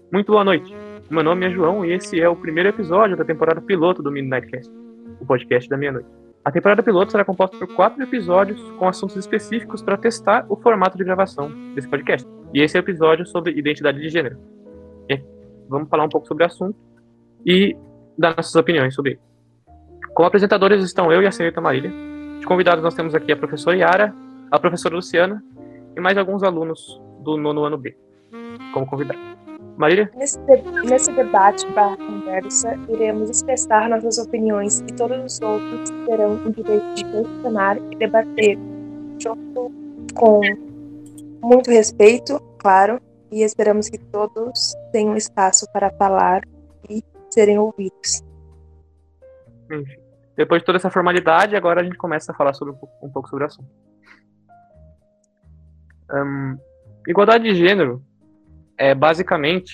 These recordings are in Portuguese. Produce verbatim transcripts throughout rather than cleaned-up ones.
Muito boa noite. Meu nome é João e esse é o primeiro episódio da temporada piloto do Midnightcast, o podcast da meia-noite. A temporada piloto será composta por quatro episódios com assuntos específicos para testar o formato de gravação desse podcast. E esse é o episódio sobre identidade de gênero. E vamos falar um pouco sobre o assunto e dar nossas opiniões sobre ele. Como apresentadores estão eu e a senhorita Marília. De convidados nós temos aqui a professora Yara, a professora Luciana e mais alguns alunos do nono ano B como convidados. Marília? Nesse, de- nesse debate barra conversa, iremos expressar nossas opiniões e todos os outros terão o direito de questionar e debater, junto com muito respeito, claro, e esperamos que todos tenham espaço para falar e serem ouvidos. Enfim. Depois de toda essa formalidade, agora a gente começa a falar sobre um, pouco, um pouco sobre o assunto. Um, igualdade de gênero é basicamente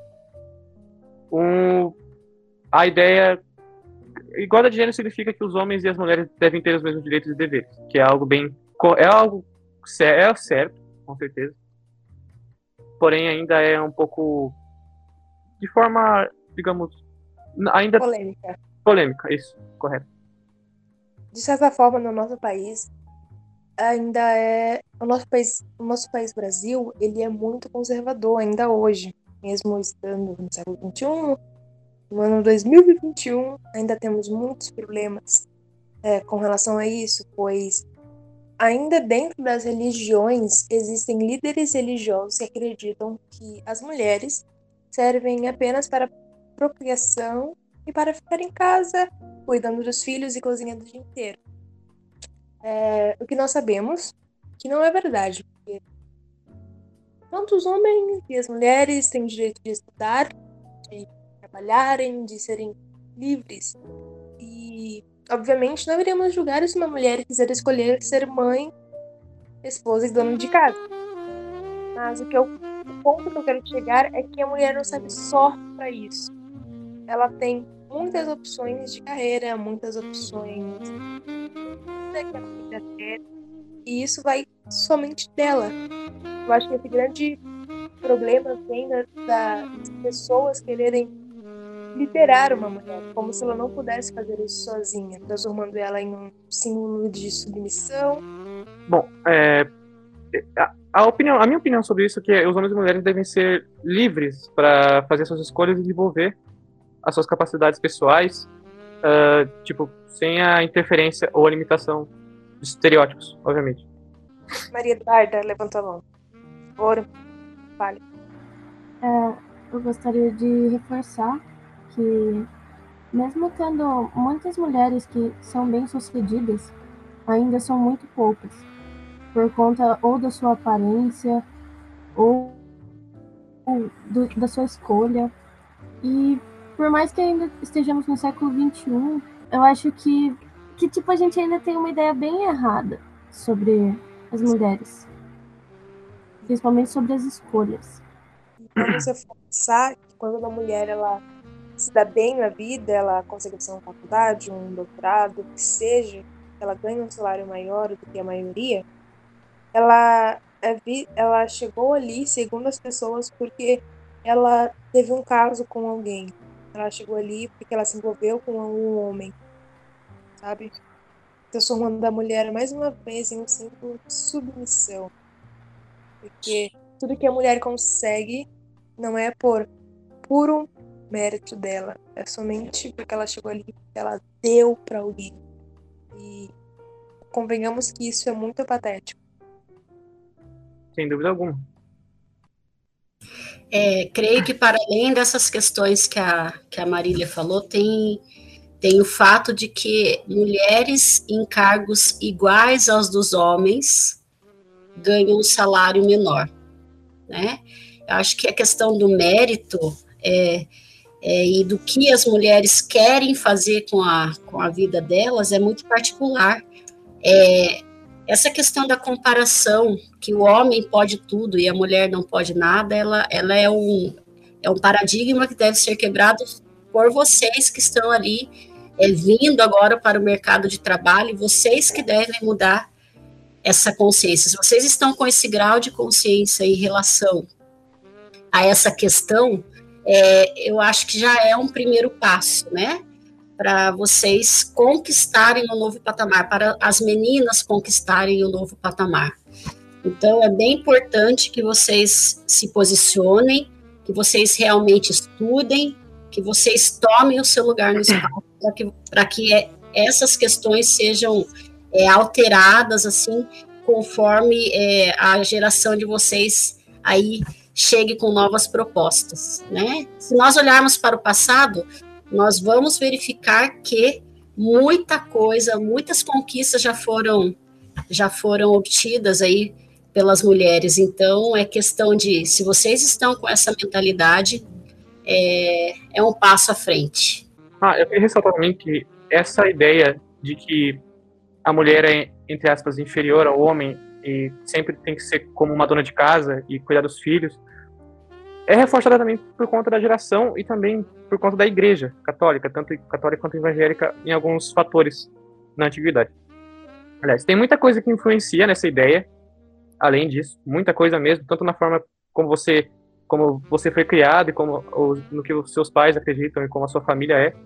um, a ideia. Igualdade de gênero significa que os homens e as mulheres devem ter os mesmos direitos e deveres, que é algo bem. É algo é certo, com certeza. Porém, ainda é um pouco. De forma, digamos. Ainda. Polêmica. Polêmica, isso, correto. De certa forma, no nosso país, ainda é. O nosso país, o nosso país Brasil, ele é muito conservador ainda hoje. Mesmo estando no século vinte e um, no ano dois mil e vinte e um, ainda temos muitos problemas é, com relação a isso, pois ainda dentro das religiões existem líderes religiosos que acreditam que as mulheres servem apenas para procriação e para ficar em casa, cuidando dos filhos e cozinhando o dia inteiro. É, o que nós sabemos que não é verdade, porque tanto os homens e as mulheres têm o direito de estudar, de trabalharem, de serem livres. E, obviamente, não iremos julgar se uma mulher quiser escolher ser mãe, esposa e dona de casa. Mas o, que eu, o ponto que eu quero chegar é que a mulher não serve só para isso. Ela tem muitas opções de carreira, muitas opções e isso vai somente dela. Eu acho que esse grande problema vem da, das pessoas quererem liderar uma mulher, como se ela não pudesse fazer isso sozinha, transformando ela em um símbolo de submissão. Bom, é, a, a, opinião, a minha opinião sobre isso é que os homens e mulheres devem ser livres para fazer suas escolhas e desenvolver as suas capacidades pessoais, uh, tipo, sem a interferência ou a limitação de estereótipos, obviamente. Maria Eduarda levantou a mão. Por fale. É, eu gostaria de reforçar que, mesmo tendo muitas mulheres que são bem-sucedidas, ainda são muito poucas, por conta ou da sua aparência, ou do, da sua escolha. E por mais que ainda estejamos no século vinte e um, eu acho que, que tipo, a gente ainda tem uma ideia bem errada sobre as mulheres, principalmente sobre as escolhas. Vamos reforçar que quando uma mulher ela se dá bem na vida, ela consegue fazer uma faculdade, um doutorado, o que seja, ela ganha um salário maior do que a maioria, ela, ela chegou ali, segundo as pessoas, porque ela teve um caso com alguém. Ela chegou ali porque ela se envolveu com um homem, sabe? Transformando a mulher mais uma vez em um símbolo de submissão. Porque tudo que a mulher consegue não é por puro mérito dela, é somente porque ela chegou ali, porque ela deu para alguém. E convenhamos que isso é muito patético. Sem dúvida alguma. É, creio que para além dessas questões que a, que a Marília falou, tem, tem o fato de que mulheres em cargos iguais aos dos homens ganham um salário menor, né? Eu acho que a questão do mérito é, é, e do que as mulheres querem fazer com a, com a vida delas é muito particular. É, essa questão da comparação, que o homem pode tudo e a mulher não pode nada, ela, ela é, um, é um paradigma que deve ser quebrado por vocês que estão ali é, vindo agora para o mercado de trabalho, vocês que devem mudar essa consciência. Se vocês estão com esse grau de consciência em relação a essa questão, é, eu acho que já é um primeiro passo, né? Para vocês conquistarem um novo patamar, para as meninas conquistarem um novo patamar. Então, é bem importante que vocês se posicionem, que vocês realmente estudem, que vocês tomem o seu lugar no espaço, para que, para que essas questões sejam é, alteradas, assim, conforme é, a geração de vocês aí chegue com novas propostas, né? Se nós olharmos para o passado, nós vamos verificar que muita coisa, muitas conquistas já foram, já foram obtidas aí pelas mulheres. Então, é questão de, se vocês estão com essa mentalidade, é, é um passo à frente. Ah, eu queria ressaltar também que essa ideia de que a mulher é, entre aspas, inferior ao homem e sempre tem que ser como uma dona de casa e cuidar dos filhos, é reforçada também por conta da geração e também por conta da igreja católica, tanto católica quanto evangélica, em alguns fatores na antiguidade. Aliás, tem muita coisa que influencia nessa ideia, além disso, muita coisa mesmo, tanto na forma como você, como você foi criado e como ou, no que os seus pais acreditam e como a sua família é.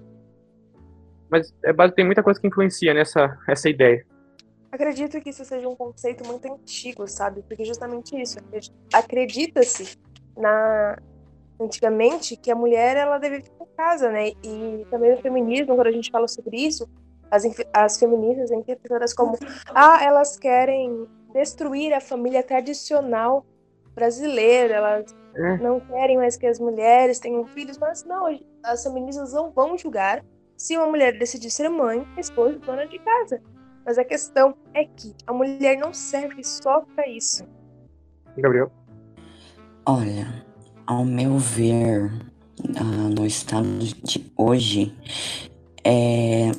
Mas é, tem muita coisa que influencia nessa essa ideia. Acredito que isso seja um conceito muito antigo, sabe? Porque justamente isso, acredita-se na antigamente que a mulher ela deve ficar em casa, né? E também no feminismo, quando a gente fala sobre isso, as, as feministas são interpretadas como ah, elas querem destruir a família tradicional brasileira, elas é. não querem mais que as mulheres tenham filhos, mas não, as feministas não vão julgar se uma mulher decidir ser mãe, esposa, dona de casa. Mas a questão é que a mulher não serve só para isso. Gabriel? Olha, ao meu ver, uh, no estado de hoje, é,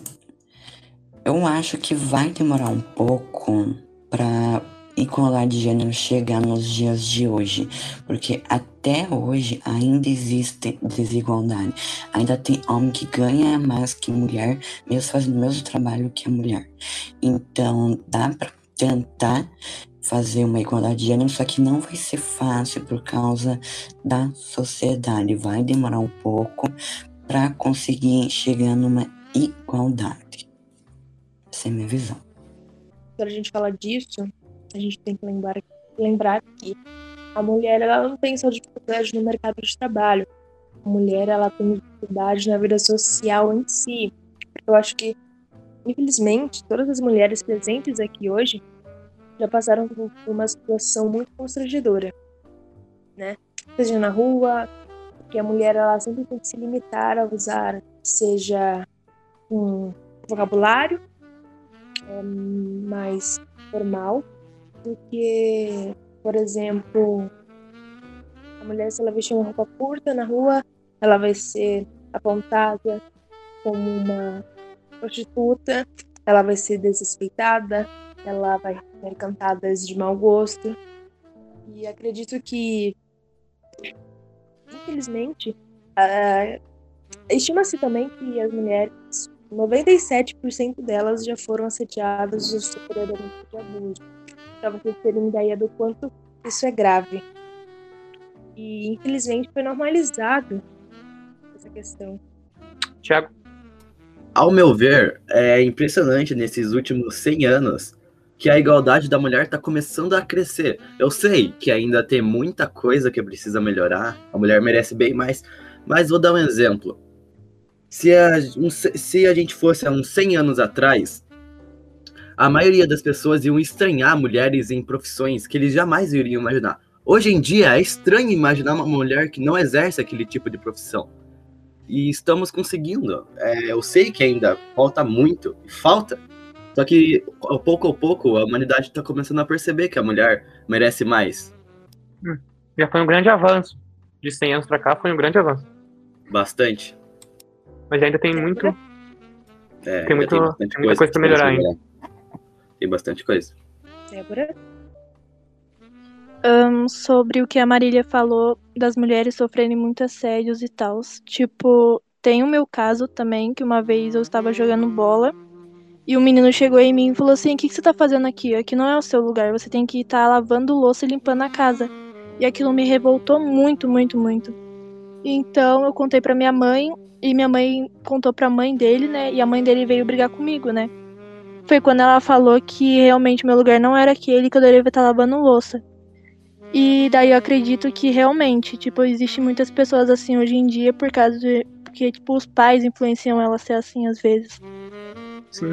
eu acho que vai demorar um pouco para igualdade de gênero chegar nos dias de hoje, porque até hoje ainda existe desigualdade, ainda tem homem que ganha mais que mulher, mesmo fazendo o mesmo trabalho que a mulher. Então dá para tentar fazer uma igualdade de gênero, só que não vai ser fácil por causa da sociedade, vai demorar um pouco para conseguir chegar numa igualdade. Essa é a minha visão. Quando a gente fala disso, a gente tem que lembrar, lembrar que a mulher ela não tem só dificuldade no mercado de trabalho. A mulher ela tem dificuldade na vida social em si. Eu acho que, infelizmente, todas as mulheres presentes aqui hoje já passaram por uma situação muito constrangedora, né? Seja na rua, porque a mulher ela sempre tem que se limitar a usar, seja um vocabulário é, mais formal, do que, por exemplo, a mulher, se ela vestir uma roupa curta na rua, ela vai ser apontada como uma prostituta, ela vai ser desrespeitada, ela vai ter cantadas de mau gosto. E acredito que, infelizmente, uh, estima-se também que as mulheres, noventa e sete por cento delas já foram assediadas ou sofreram de abuso. Para vocês terem ideia do quanto isso é grave. E, infelizmente, foi normalizado essa questão. Tiago? Ao meu ver, é impressionante nesses últimos cem anos que a igualdade da mulher está começando a crescer. Eu sei que ainda tem muita coisa que precisa melhorar, a mulher merece bem mais, mas vou dar um exemplo. Se a, um, se a gente fosse há uns cem anos atrás, a maioria das pessoas iam estranhar mulheres em profissões que eles jamais iriam imaginar. Hoje em dia é estranho imaginar uma mulher que não exerce aquele tipo de profissão. E estamos conseguindo. É, eu sei que ainda falta muito, falta. Só que, pouco a pouco, a humanidade está começando a perceber que a mulher merece mais. Hum, já foi um grande avanço. De cem anos para cá foi um grande avanço. Bastante. Mas ainda tem muito... É, tem, muito, tem, tem muita coisa, coisa para melhorar ainda. Tem bastante coisa. Débora? Um, sobre o que a Marília falou das mulheres sofrerem muitos assédios e tal. Tipo, tem o meu caso também, que uma vez eu estava jogando bola e o menino chegou em mim e falou assim: o que, que você tá fazendo aqui? Aqui não é o seu lugar, você tem que estar lavando louça e limpando a casa. E aquilo me revoltou muito, muito, muito. Então eu contei pra minha mãe e minha mãe contou pra mãe dele, né? E a mãe dele veio brigar comigo, né? Foi quando ela falou que realmente meu lugar não era aquele, que eu deveria estar lavando louça. E daí eu acredito que realmente, tipo, existe muitas pessoas assim hoje em dia por causa de... Porque, tipo, os pais influenciam ela a ser assim às vezes. Sim.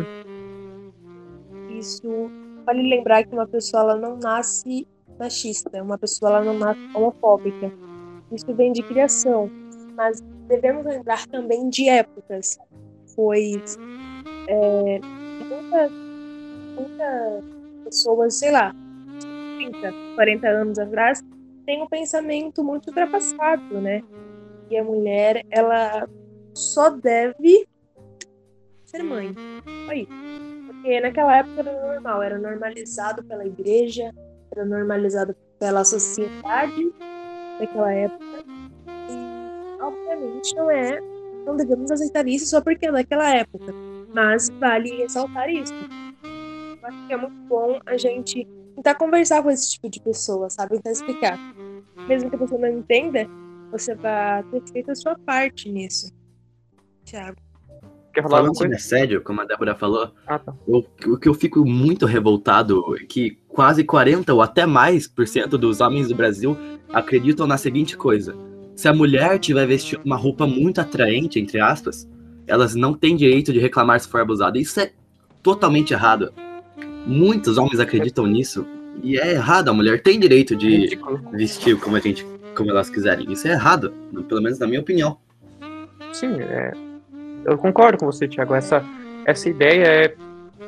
Isso vale lembrar que uma pessoa ela não nasce machista, uma pessoa ela não nasce homofóbica. Isso vem de criação, mas devemos lembrar também de épocas, pois é, muitas, muitas pessoas, sei lá, trinta, quarenta anos atrás, têm um pensamento muito ultrapassado, né? E a mulher, ela só deve ser mãe. Só isso. Porque naquela época era normal, era normalizado pela igreja, era normalizado pela sociedade daquela época. E, obviamente, não é, não devemos aceitar isso só porque é daquela época. Mas vale ressaltar isso. Eu acho que é muito bom a gente tentar conversar com esse tipo de pessoa, sabe? Tentar explicar. Mesmo que a pessoa não entenda, você vai ter feito a sua parte nisso. Thiago. Quer falar alguma Falando sobre coisa? assédio, como a Débora falou, Ah, tá. o, o que eu fico muito revoltado é que quase quarenta ou até mais por cento dos homens do Brasil acreditam na seguinte coisa: se a mulher tiver vestindo uma roupa muito atraente, entre aspas, elas não têm direito de reclamar se for abusada. Isso é totalmente errado. Muitos homens acreditam nisso e é errado. A mulher tem direito É de ridículo. vestir como a gente, como elas quiserem. Isso é errado, pelo menos na minha opinião. Sim, é, eu concordo com você, Thiago. Essa, essa ideia é...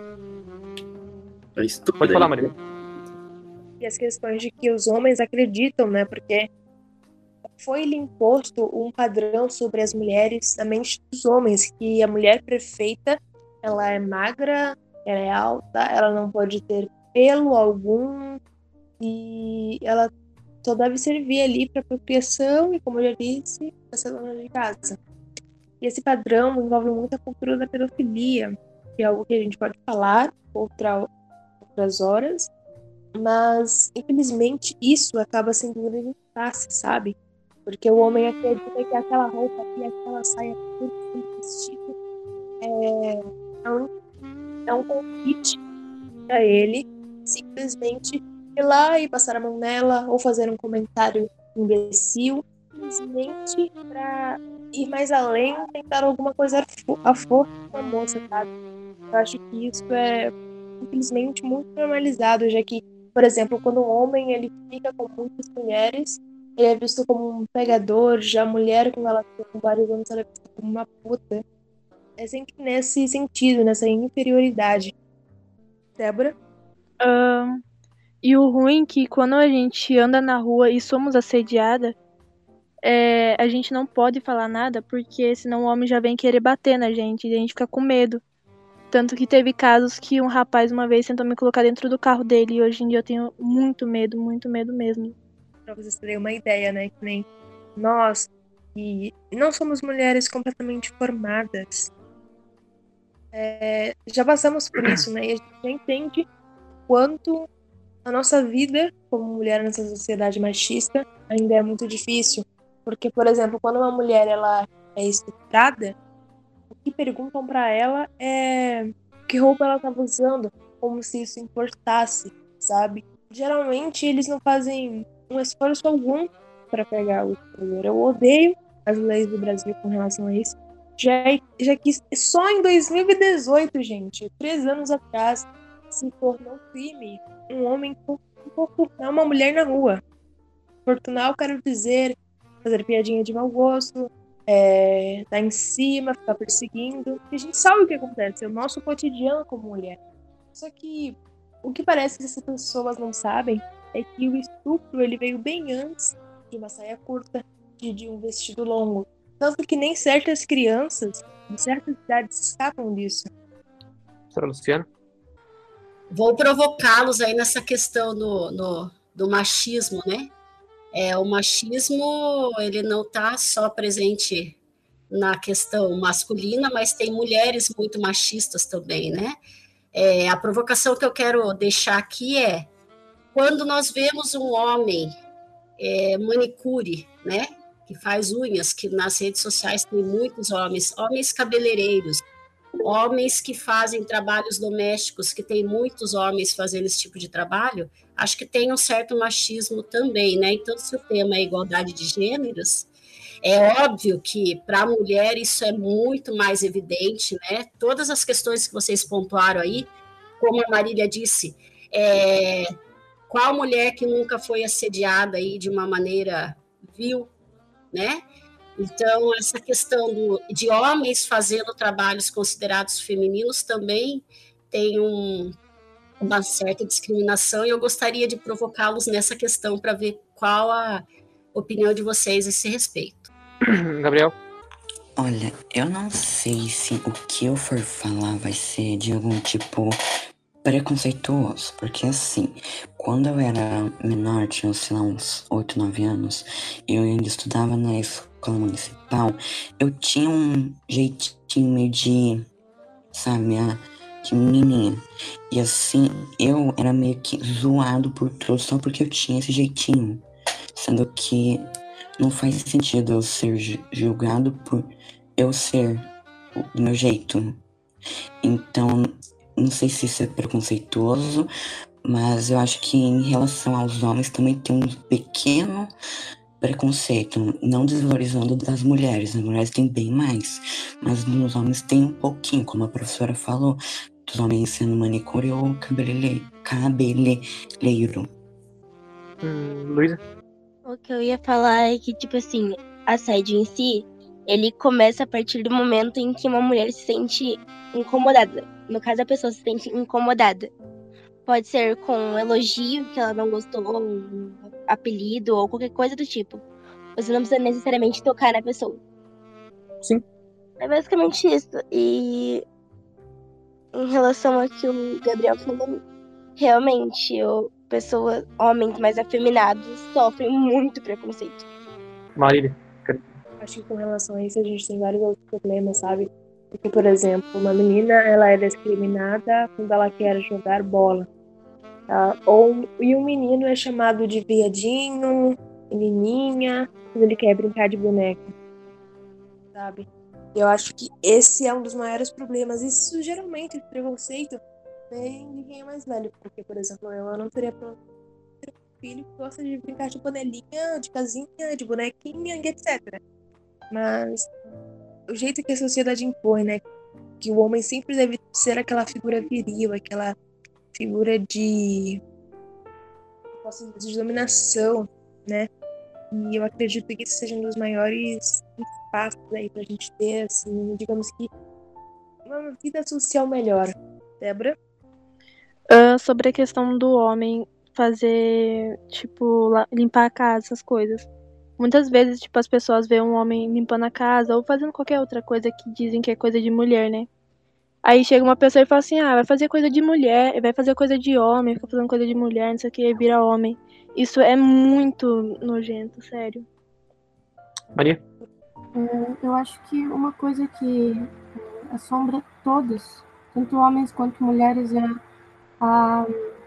É estúpido. Pode falar, Maria. E as questões de que os homens acreditam, né? Porque foi-lhe imposto um padrão sobre as mulheres na mente dos homens, que a mulher perfeita, ela é magra, ela é alta, ela não pode ter pelo algum e ela só deve servir ali para procriação e, como eu já disse, para ser dona de casa. E esse padrão envolve muito a cultura da pedofilia, que é algo que a gente pode falar outra, outras horas, mas infelizmente isso acaba sendo um grande impasse, sabe? Porque o homem acredita que aquela roupa e aquela saia tudo aquele vestido é, é um, é um convite para ele simplesmente ir lá e passar a mão nela ou fazer um comentário imbecil, simplesmente para ir mais além, tentar alguma coisa a força com a moça, sabe? Eu acho que isso é infelizmente muito normalizado, já que, por exemplo, quando um homem ele fica com muitas mulheres, ele é visto como um pegador, já a mulher, quando ela fica com vários homens, ela é vista como uma puta. É sempre nesse sentido, nessa inferioridade. Débora? Um, e o ruim é que quando a gente anda na rua e somos assediada, é, a gente não pode falar nada, porque senão o homem já vem querer bater na gente e a gente fica com medo. Tanto que teve casos que um rapaz uma vez tentou me colocar dentro do carro dele e hoje em dia eu tenho muito medo, muito medo mesmo. Pra vocês terem uma ideia, né? Que nem nós, e não somos mulheres completamente formadas. É, já passamos por isso, né? E a gente já entende quanto a nossa vida como mulher nessa sociedade machista ainda é muito difícil. Porque, por exemplo, quando uma mulher ela é estuprada, o que perguntam pra ela é que roupa ela estava usando, como se isso importasse, sabe? Geralmente eles não fazem um esforço algum para pegar o estuprador. Eu odeio as leis do Brasil com relação a isso. Já, já que só em dois mil e dezoito, gente, três anos atrás, se tornou crime um homem importunar uma mulher na rua. Importunar, eu quero dizer, fazer piadinha de mau gosto, é, dar em cima, ficar perseguindo. E a gente sabe o que acontece, é o nosso cotidiano como mulher. Só que o que parece que essas pessoas não sabem é que o estupro ele veio bem antes de uma saia curta, de, de um vestido longo. Tanto que nem certas crianças de certas idades escapam disso. Senhora Luciana? Vou provocá-los aí nessa questão do, no, do machismo, né? É, o machismo, ele não está só presente na questão masculina, mas tem mulheres muito machistas também, né? É, a provocação que eu quero deixar aqui é, quando nós vemos um homem é, manicure, né? que faz unhas, que nas redes sociais tem muitos homens, homens cabeleireiros, homens que fazem trabalhos domésticos, que tem muitos homens fazendo esse tipo de trabalho, acho que tem um certo machismo também, né? Então, se o tema é igualdade de gêneros, é óbvio que para a mulher isso é muito mais evidente, né? Todas as questões que vocês pontuaram aí, como a Marília disse, é, qual mulher que nunca foi assediada aí de uma maneira vil, né? Então, essa questão do, de homens fazendo trabalhos considerados femininos também tem um, uma certa discriminação, e eu gostaria de provocá-los nessa questão para ver qual a opinião de vocês a esse respeito. Gabriel? Olha, eu não sei se o que eu for falar vai ser de algum tipo preconceituoso, porque assim, quando eu era menor, tinha, sei lá, uns oito, nove anos, e eu ainda estudava na escola municipal, eu tinha um jeitinho meio de, sabe, de menininha. E assim, eu era meio que zoado por todos só porque eu tinha esse jeitinho, sendo que não faz sentido eu ser julgado por eu ser do meu jeito. Então, não sei se isso é preconceituoso, mas eu acho que em relação aos homens também tem um pequeno preconceito, não desvalorizando das mulheres. As mulheres têm bem mais, mas nos homens tem um pouquinho, como a professora falou, dos homens sendo manicure ou cabeleireiro. cabeleireiro. Hum, Luísa? O que eu ia falar é que, tipo assim, assédio em si, ele começa a partir do momento em que uma mulher se sente incomodada. No caso, a pessoa se sente incomodada. Pode ser com um elogio que ela não gostou, um apelido ou qualquer coisa do tipo. Você não precisa necessariamente tocar na pessoa. Sim. É basicamente isso. E em relação ao que o Gabriel falou, realmente, eu, pessoas, homens mais afeminados sofrem muito preconceito. Marília? Acho que com relação a isso a gente tem vários outros problemas, sabe? Porque, por exemplo, uma menina, ela é discriminada quando ela quer jogar bola. Tá? Ou, e um menino é chamado de viadinho, menininha, quando ele quer brincar de boneca. Sabe? Eu acho que esse é um dos maiores problemas. Isso, geralmente, esse preconceito vem de quem é mais velho. Porque, por exemplo, eu, eu não teria pra ter um filho que gosta de brincar de panelinha, de casinha, de bonequinha e etcétera. Mas o jeito que a sociedade impõe, né? Que o homem sempre deve ser aquela figura viril, aquela figura de, posso dizer, de dominação, né? E eu acredito que isso seja um dos maiores espaços aí pra gente ter, assim, digamos que uma vida social melhor. Débora? Uh, sobre a questão do homem fazer, tipo, la- limpar a casa, essas coisas. Muitas vezes, tipo, as pessoas veem um homem limpando a casa ou fazendo qualquer outra coisa que dizem que é coisa de mulher, né? Aí chega uma pessoa e fala assim, ah, vai fazer coisa de mulher, vai fazer coisa de homem, fica fazendo coisa de mulher, não sei o que, vira homem. Isso é muito nojento, sério. Maria? É, eu acho que uma coisa que é, assombra todos, tanto homens quanto mulheres, é a...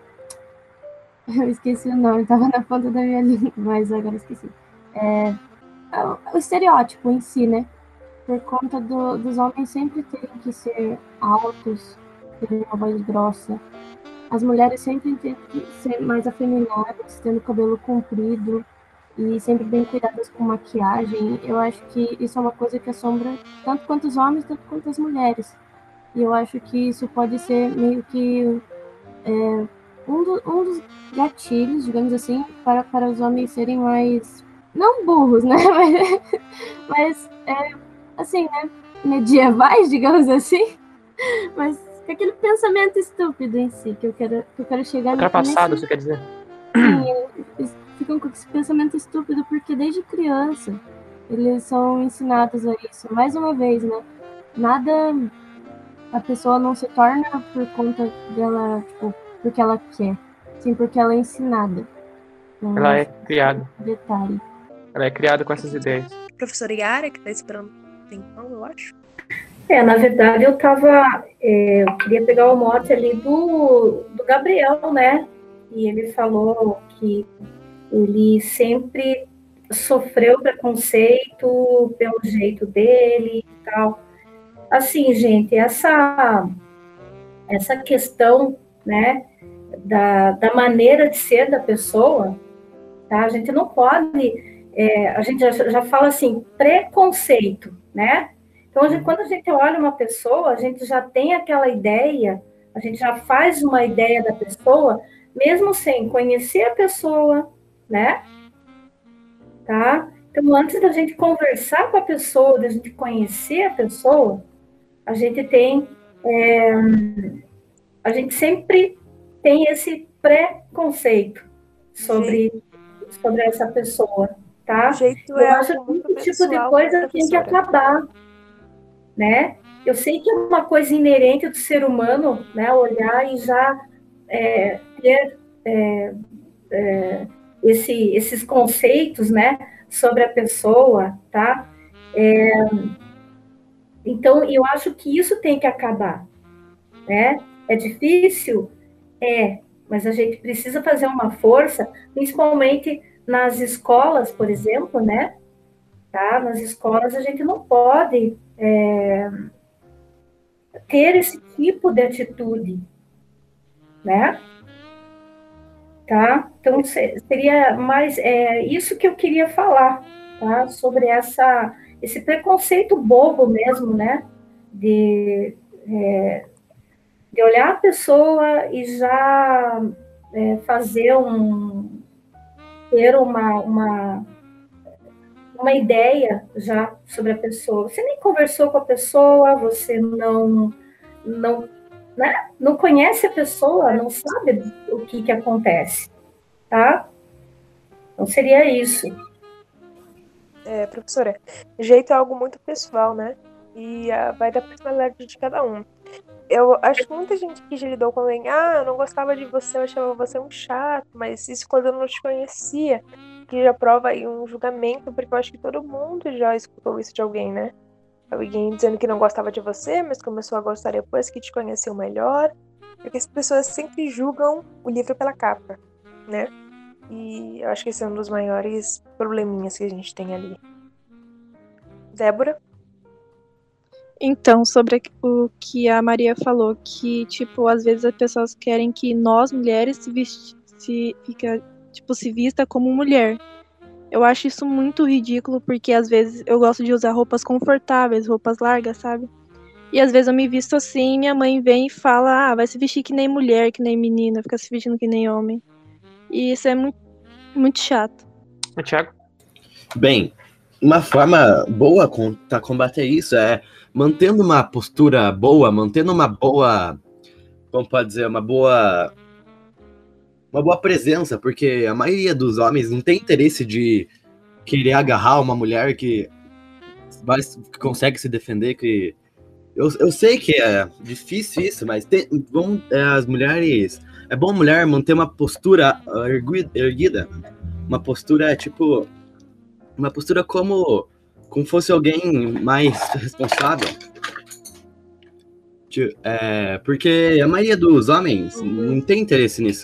Eu esqueci o nome, estava na ponta da minha língua, mas agora esqueci. É, é o o estereótipo em si, né? Por conta do, dos homens sempre terem que ser altos, terem uma voz grossa. As mulheres sempre têm que ser mais afeminadas, tendo cabelo comprido e sempre bem cuidadas com maquiagem. Eu acho que isso é uma coisa que assombra tanto quanto os homens, tanto quanto as mulheres. E eu acho que isso pode ser meio que é, um, do, um dos gatilhos, digamos assim, para, para os homens serem mais, não burros, né? Mas, mas é, assim, né? Medievais, digamos assim. Mas com aquele pensamento estúpido em si, que eu quero, que eu quero chegar Ultrapassado, nesse... você quer dizer? Sim, eles ficam com esse pensamento estúpido porque desde criança eles são ensinados a isso. Mais uma vez, né? Nada... A pessoa não se torna por conta dela, tipo, porque ela quer. Sim, porque ela é ensinada. Então, Ela é criada. Detalhe. Ela é criada com essas ideias. Professora Yara, que tá esperando um tempão, eu acho. É, na verdade eu tava, é, eu queria pegar o mote ali do, do Gabriel, né, e ele falou que ele sempre sofreu preconceito pelo jeito dele e tal. Assim, gente, essa, essa questão, né, da, da maneira de ser da pessoa, tá? A gente não pode, é, a gente já, já fala assim, preconceito, né? Então, a gente, quando a gente olha uma pessoa, a gente já tem aquela ideia, a gente já faz uma ideia da pessoa, mesmo sem conhecer a pessoa, né? Tá? Então, antes da gente conversar com a pessoa, da gente conhecer a pessoa, a gente tem, é, a gente sempre tem esse preconceito sobre, sobre essa pessoa, tá? O jeito Eu é acho algo que muito esse tipo de pessoal, coisa tem que professora. acabar, né? Eu sei que é uma coisa inerente do ser humano, né? Olhar e já é, ter é, é, esse, esses conceitos, né? Sobre a pessoa, tá? É, então, eu acho que isso tem que acabar, né? É difícil? É, mas a gente precisa fazer uma força, principalmente nas escolas, por exemplo, né? Tá? Nas escolas a gente não pode é, ter esse tipo de atitude, né? Tá? Então, seria mais é, isso que eu queria falar, tá? Sobre essa, esse preconceito bobo mesmo, né? De, é, de olhar a pessoa e já é, fazer um... ter uma, uma, uma ideia já sobre a pessoa. Você nem conversou com a pessoa, você não... não Né? Não conhece a pessoa, não sabe o que, que acontece, tá? Então, seria isso. É, professora, jeito é algo muito pessoal, né? E uh, vai da personalidade de cada um. Eu acho que muita gente que já lidou com alguém, ah, eu não gostava de você, eu achava você um chato, mas isso quando eu não te conhecia, que já prova aí um julgamento, porque eu acho que todo mundo já escutou isso de alguém, né? Alguém dizendo que não gostava de você, mas começou a gostar depois que te conheceu melhor. Porque as pessoas sempre julgam o livro pela capa, né? E eu acho que esse é um dos maiores probleminhas que a gente tem ali. Débora? Então, sobre o que a Maria falou, que, tipo, às vezes as pessoas querem que nós, mulheres, se, vesti se, fica, tipo, se vista como mulher. Eu acho isso muito ridículo, porque às vezes eu gosto de usar roupas confortáveis, roupas largas, sabe? E às vezes eu me visto assim, minha mãe vem e fala, ah, vai se vestir que nem mulher, que nem menina, fica se vestindo que nem homem. E isso é muito, muito chato. É, Thiago? Bem, uma forma boa para combater isso é mantendo uma postura boa, mantendo uma boa, como pode dizer, uma boa... uma boa presença, porque a maioria dos homens não tem interesse de querer agarrar uma mulher que, vai, que consegue se defender, que eu, eu sei que é difícil isso, mas tem, vão, é, as mulheres, é bom mulher manter uma postura erguida, uma postura tipo, uma postura como, como fosse alguém mais responsável. É, porque a maioria dos homens não tem interesse nisso.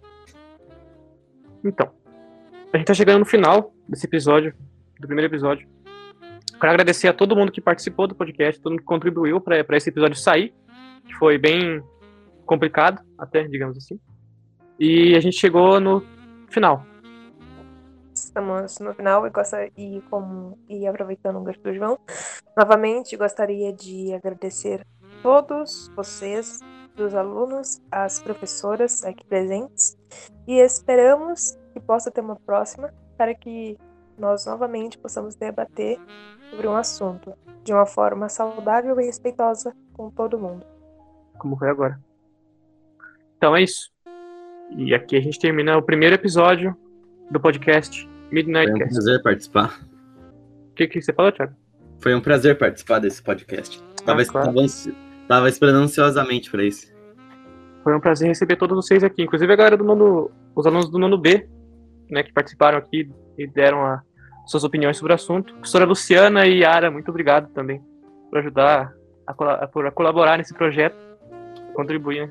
Então, a gente tá chegando no final desse episódio, do primeiro episódio. Quero agradecer a todo mundo que participou do podcast, todo mundo que contribuiu para esse episódio sair, que foi bem complicado, até, digamos assim. E a gente chegou no final. Estamos no final e, gostaria, e, como, e aproveitando o gancho do João, novamente gostaria de agradecer a todos vocês, dos alunos, as professoras aqui presentes, e esperamos que possa ter uma próxima para que nós novamente possamos debater sobre um assunto de uma forma saudável e respeitosa com todo mundo. Como foi agora. Então é isso. E aqui a gente termina o primeiro episódio do podcast Midnight Foi um Cast. prazer participar. O que, que você falou, Thiago? Foi um prazer participar desse podcast. Tava, Ah, claro. tava, tava esperando ansiosamente para isso. Foi um prazer receber todos vocês aqui, inclusive a galera do nono, os alunos do nono B, né, que participaram aqui e deram a, suas opiniões sobre o assunto. Professora Luciana e Yara, muito obrigado também por ajudar a, a, a colaborar nesse projeto, contribuir, né?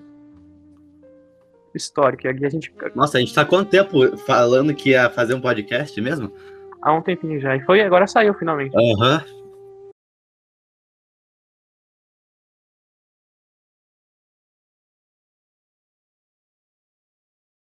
Histórico. E a gente... Nossa, a gente tá quanto tempo falando que ia fazer um podcast mesmo? há um tempinho já. E foi, agora saiu finalmente. Aham.